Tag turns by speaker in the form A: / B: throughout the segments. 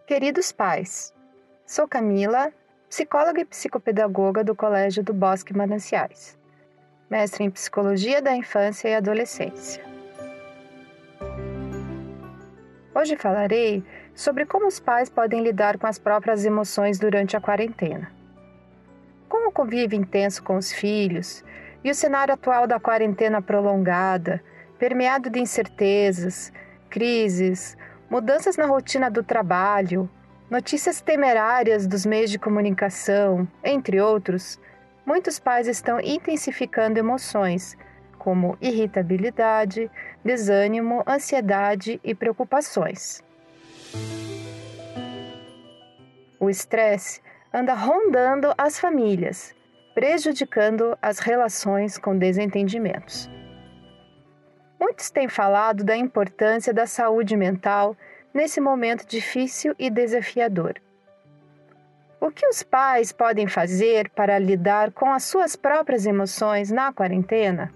A: Queridos pais, sou Camila, psicóloga e psicopedagoga do Colégio do Bosque Mananciais, mestre em Psicologia da Infância e Adolescência. Hoje falarei sobre como os pais podem lidar com as próprias emoções durante a quarentena. Com o convívio intenso com os filhos e o cenário atual da quarentena prolongada, permeado de incertezas, crises, mudanças na rotina do trabalho, notícias temerárias dos meios de comunicação, entre outros, muitos pais estão intensificando emoções como irritabilidade, desânimo, ansiedade e preocupações. O estresse anda rondando as famílias, prejudicando as relações com desentendimentos. Muitos têm falado da importância da saúde mental nesse momento difícil e desafiador. O que os pais podem fazer para lidar com as suas próprias emoções na quarentena?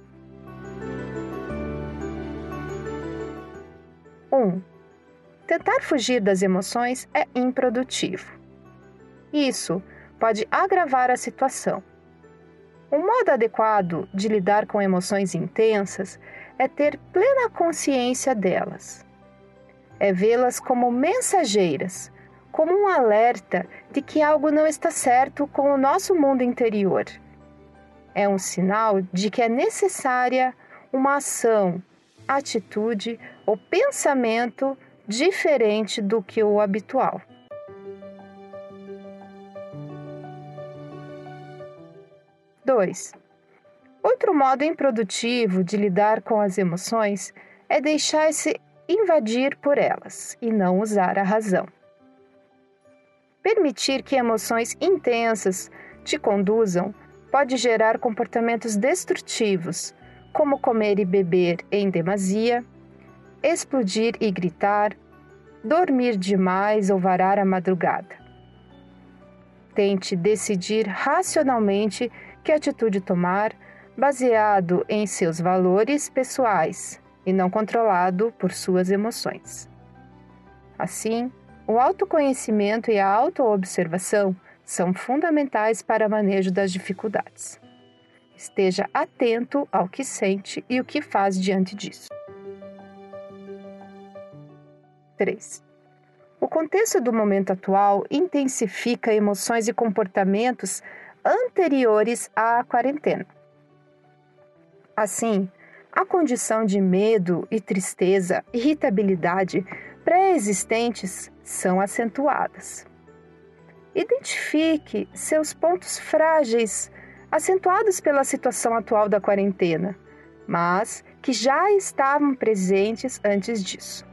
A: 1. Tentar fugir das emoções é improdutivo. Isso pode agravar a situação. Um modo adequado de lidar com emoções intensas é ter plena consciência delas. É vê-las como mensageiras, como um alerta de que algo não está certo com o nosso mundo interior. É um sinal de que é necessária uma ação, atitude ou pensamento diferente do que o habitual. 2. Outro modo improdutivo de lidar com as emoções é deixar-se invadir por elas e não usar a razão. Permitir que emoções intensas te conduzam pode gerar comportamentos destrutivos, como comer e beber em demasia, explodir e gritar, dormir demais ou varar a madrugada. Tente decidir racionalmente que atitude tomar, baseado em seus valores pessoais e não controlado por suas emoções. Assim, o autoconhecimento e a autoobservação são fundamentais para o manejo das dificuldades. Esteja atento ao que sente e o que faz diante disso. 3. O contexto do momento atual intensifica emoções e comportamentos anteriores à quarentena. Assim, a condição de medo e tristeza, irritabilidade pré-existentes são acentuadas. Identifique seus pontos frágeis, acentuados pela situação atual da quarentena, mas que já estavam presentes antes disso.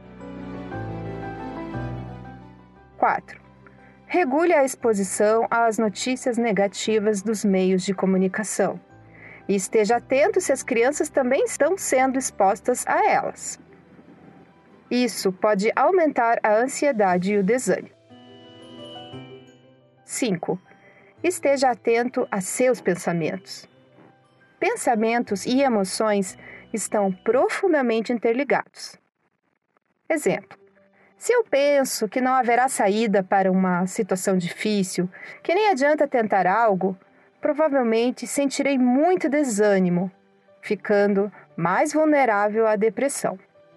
A: 4. Regule a exposição às notícias negativas dos meios de comunicação e esteja atento se as crianças também estão sendo expostas a elas. Isso pode aumentar a ansiedade e o desânimo. 5. Esteja atento a seus pensamentos. Pensamentos e emoções estão profundamente interligados. Exemplo: se eu penso que não haverá saída para uma situação difícil, que nem adianta tentar algo, provavelmente sentirei muito desânimo, ficando mais vulnerável à depressão.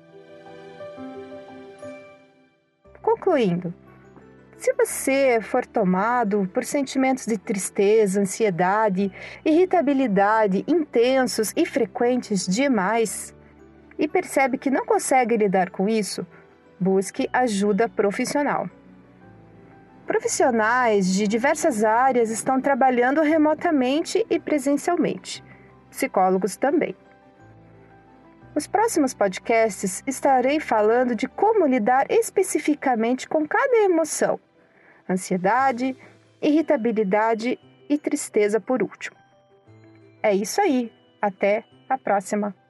A: Concluindo, se você for tomado por sentimentos de tristeza, ansiedade, irritabilidade intensos e frequentes demais e percebe que não consegue lidar com isso, busque ajuda profissional. Profissionais de diversas áreas estão trabalhando remotamente e presencialmente. Psicólogos também. Nos próximos podcasts estarei falando de como lidar especificamente com cada emoção: ansiedade, irritabilidade e tristeza por último. É isso aí. Até a próxima!